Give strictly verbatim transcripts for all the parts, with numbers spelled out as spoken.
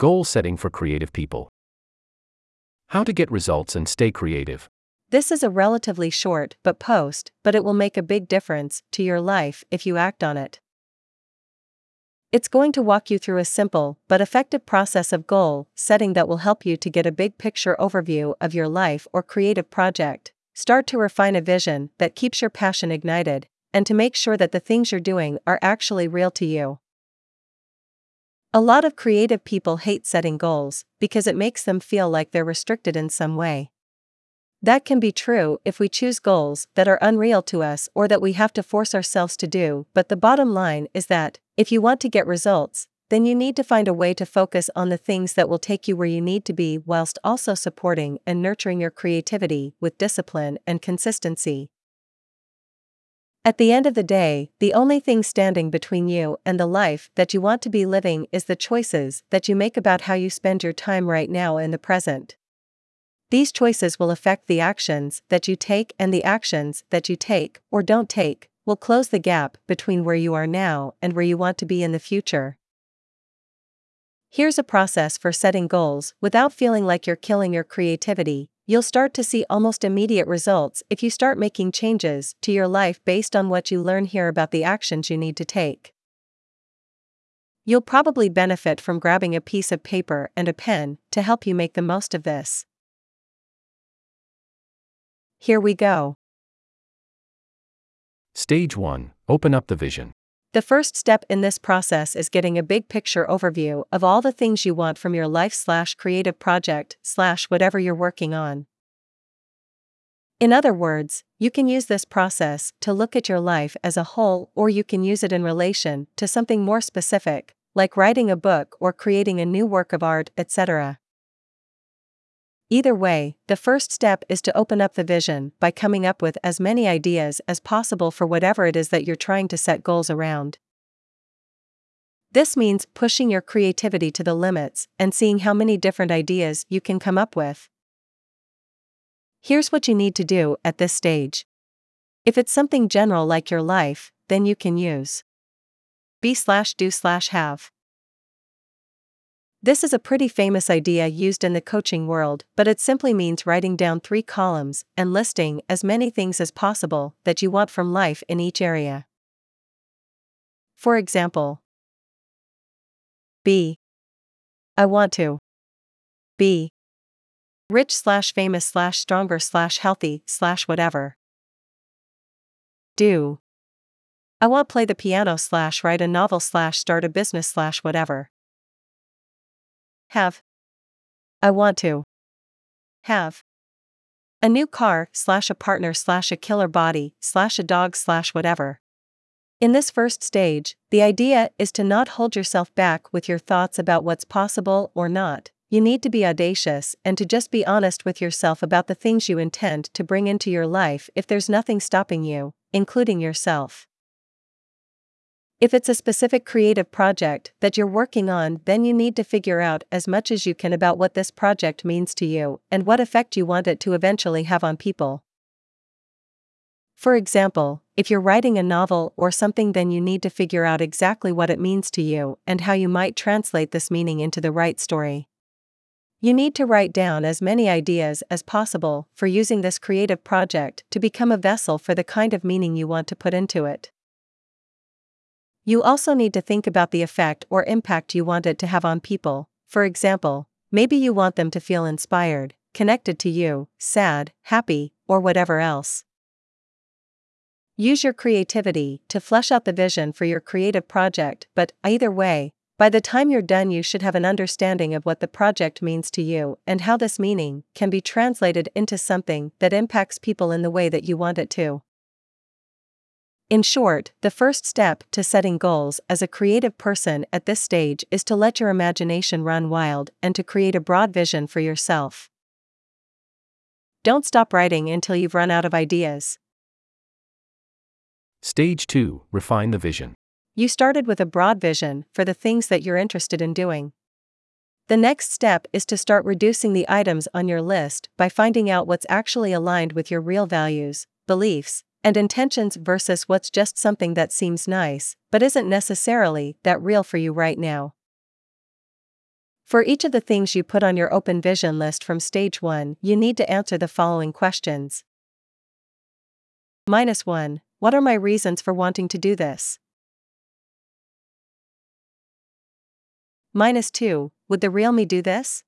Goal setting for creative people. How to get results and stay creative. This is a relatively short but post, but it will make a big difference to your life if you act on it. It's going to walk you through a simple but effective process of goal setting that will help you to get a big picture overview of your life or creative project, start to refine a vision that keeps your passion ignited, and to make sure that the things you're doing are actually real to you. A lot of creative people hate setting goals because it makes them feel like they're restricted in some way. That can be true if we choose goals that are unreal to us or that we have to force ourselves to do, but the bottom line is that, if you want to get results, then you need to find a way to focus on the things that will take you where you need to be whilst also supporting and nurturing your creativity with discipline and consistency. At the end of the day, the only thing standing between you and the life that you want to be living is the choices that you make about how you spend your time right now in the present. These choices will affect the actions that you take, and the actions that you take, or don't take, will close the gap between where you are now and where you want to be in the future. Here's a process for setting goals without feeling like you're killing your creativity. You'll start to see almost immediate results if you start making changes to your life based on what you learn here about the actions you need to take. You'll probably benefit from grabbing a piece of paper and a pen to help you make the most of this. Here we go. Stage one. Open up the vision. The first step in this process is getting a big picture overview of all the things you want from your life slash creative project slash whatever you're working on. In other words, you can use this process to look at your life as a whole, or you can use it in relation to something more specific, like writing a book or creating a new work of art, et cetera. Either way, the first step is to open up the vision by coming up with as many ideas as possible for whatever it is that you're trying to set goals around. This means pushing your creativity to the limits and seeing how many different ideas you can come up with. Here's what you need to do at this stage. If it's something general like your life, then you can use be slash do slash have. This is a pretty famous idea used in the coaching world, but it simply means writing down three columns and listing as many things as possible that you want from life in each area. For example, be I want to be rich slash famous slash stronger slash healthy slash whatever. Do I want play the piano slash write a novel slash start a business slash whatever. Have I want to have a new car slash a partner slash a killer body slash a dog slash whatever. In this first stage, the idea is to not hold yourself back with your thoughts about what's possible or not. You need to be audacious and to just be honest with yourself about the things you intend to bring into your life if there's nothing stopping you, including yourself. If it's a specific creative project that you're working on, then you need to figure out as much as you can about what this project means to you and what effect you want it to eventually have on people. For example, if you're writing a novel or something, then you need to figure out exactly what it means to you and how you might translate this meaning into the right story. You need to write down as many ideas as possible for using this creative project to become a vessel for the kind of meaning you want to put into it. You also need to think about the effect or impact you want it to have on people. For example, maybe you want them to feel inspired, connected to you, sad, happy, or whatever else. Use your creativity to flesh out the vision for your creative project, but either way, by the time you're done, you should have an understanding of what the project means to you and how this meaning can be translated into something that impacts people in the way that you want it to. In short, the first step to setting goals as a creative person at this stage is to let your imagination run wild and to create a broad vision for yourself. Don't stop writing until you've run out of ideas. Stage two. Refine the vision. You started with a broad vision for the things that you're interested in doing. The next step is to start reducing the items on your list by finding out what's actually aligned with your real values, beliefs, and intentions versus what's just something that seems nice, but isn't necessarily that real for you right now. For each of the things you put on your open vision list from stage one, you need to answer the following questions. Minus one. What are my reasons for wanting to do this? Minus two. Would the real me do this?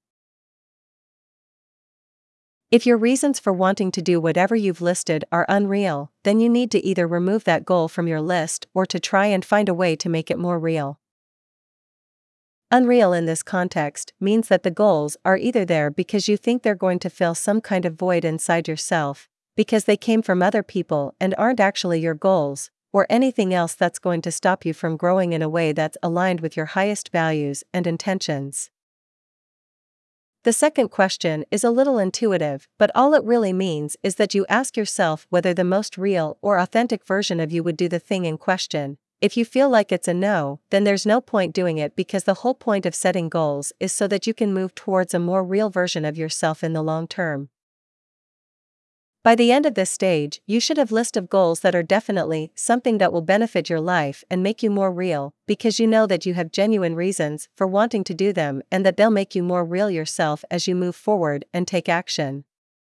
If your reasons for wanting to do whatever you've listed are unreal, then you need to either remove that goal from your list or to try and find a way to make it more real. Unreal in this context means that the goals are either there because you think they're going to fill some kind of void inside yourself, because they came from other people and aren't actually your goals, or anything else that's going to stop you from growing in a way that's aligned with your highest values and intentions. The second question is a little intuitive, but all it really means is that you ask yourself whether the most real or authentic version of you would do the thing in question. If you feel like it's a no, then there's no point doing it, because the whole point of setting goals is so that you can move towards a more real version of yourself in the long term. By the end of this stage, you should have a list of goals that are definitely something that will benefit your life and make you more real, because you know that you have genuine reasons for wanting to do them and that they'll make you more real yourself as you move forward and take action.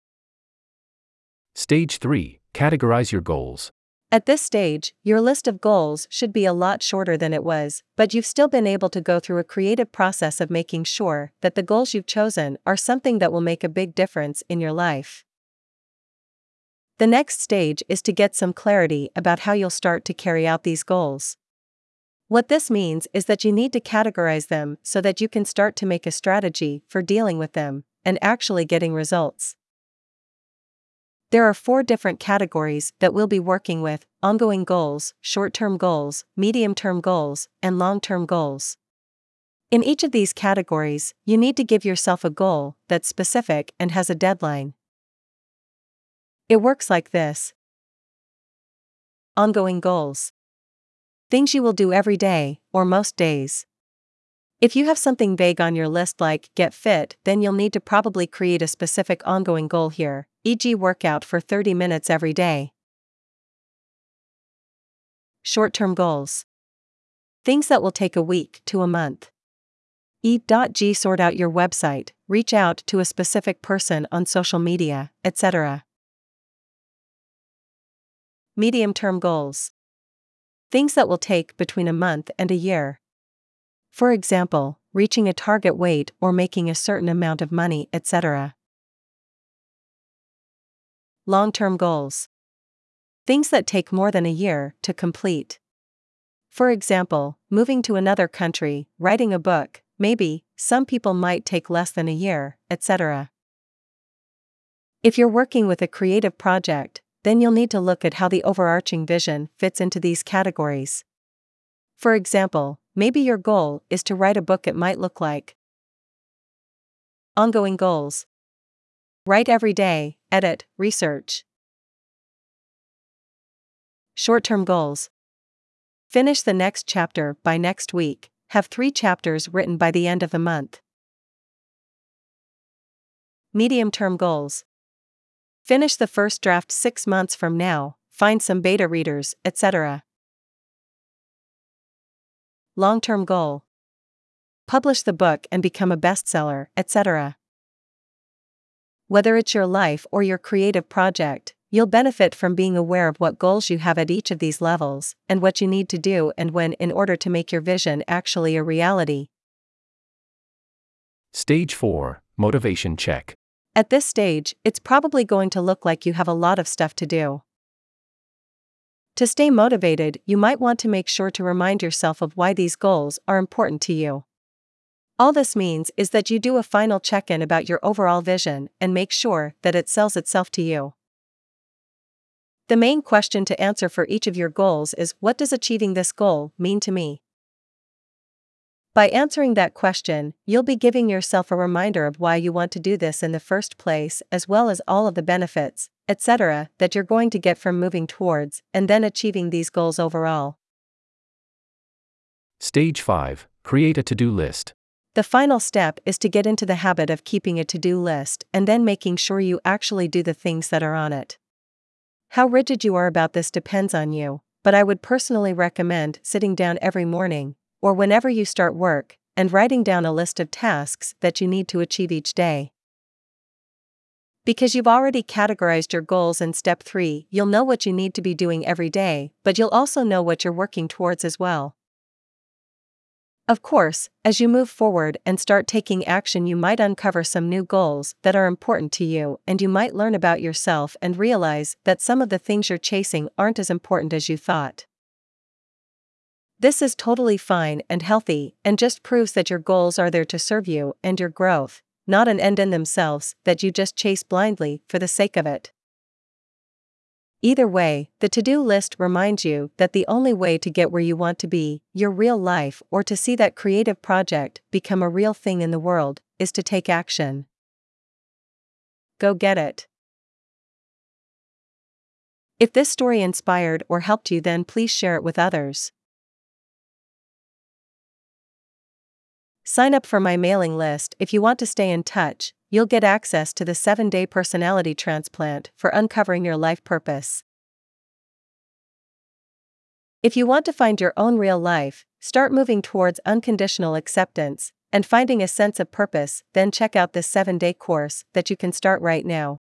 Stage three. Categorize your goals. At this stage, your list of goals should be a lot shorter than it was, but you've still been able to go through a creative process of making sure that the goals you've chosen are something that will make a big difference in your life. The next stage is to get some clarity about how you'll start to carry out these goals. What this means is that you need to categorize them so that you can start to make a strategy for dealing with them and actually getting results. There are four different categories that we'll be working with: ongoing goals, short-term goals, medium-term goals, and long-term goals. In each of these categories, you need to give yourself a goal that's specific and has a deadline. It works like this. Ongoing goals. Things you will do every day, or most days. If you have something vague on your list like get fit, then you'll need to probably create a specific ongoing goal here, for example workout for thirty minutes every day. Short-term goals. Things that will take a week to a month. for example sort out your website, reach out to a specific person on social media, et cetera. Medium-term goals. Things that will take between a month and a year. For example, reaching a target weight or making a certain amount of money, et cetera. Long-term goals. Things that take more than a year to complete. For example, moving to another country, writing a book, maybe. Some people might take less than a year, et cetera. If you're working with a creative project, then you'll need to look at how the overarching vision fits into these categories. For example, maybe your goal is to write a book. It might look like ongoing goals. Write every day, edit, research. Short-term goals. Finish the next chapter by next week, have three chapters written by the end of the month. Medium-term goals. Finish the first draft six months from now, find some beta readers, et cetera. Long-term goal. Publish the book and become a bestseller, et cetera. Whether it's your life or your creative project, you'll benefit from being aware of what goals you have at each of these levels, and what you need to do and when in order to make your vision actually a reality. Stage four. Motivation check. At this stage, it's probably going to look like you have a lot of stuff to do. To stay motivated, you might want to make sure to remind yourself of why these goals are important to you. All this means is that you do a final check-in about your overall vision and make sure that it sells itself to you. The main question to answer for each of your goals is, what does achieving this goal mean to me? By answering that question, you'll be giving yourself a reminder of why you want to do this in the first place, as well as all of the benefits, et cetera, that you're going to get from moving towards and then achieving these goals overall. Stage five. Create a to-do list. The final step is to get into the habit of keeping a to-do list and then making sure you actually do the things that are on it. How rigid you are about this depends on you, but I would personally recommend sitting down every morning, or whenever you start work, and writing down a list of tasks that you need to achieve each day. Because you've already categorized your goals in step three, you'll know what you need to be doing every day, but you'll also know what you're working towards as well. Of course, as you move forward and start taking action, you might uncover some new goals that are important to you, and you might learn about yourself and realize that some of the things you're chasing aren't as important as you thought. This is totally fine and healthy, and just proves that your goals are there to serve you and your growth, not an end in themselves that you just chase blindly for the sake of it. Either way, the to-do list reminds you that the only way to get where you want to be, your real life, or to see that creative project become a real thing in the world, is to take action. Go get it. If this story inspired or helped you, then please share it with others. Sign up for my mailing list if you want to stay in touch. You'll get access to the seven-day personality transplant for uncovering your life purpose. If you want to find your own real life, start moving towards unconditional acceptance, and finding a sense of purpose, then check out this seven-day course that you can start right now.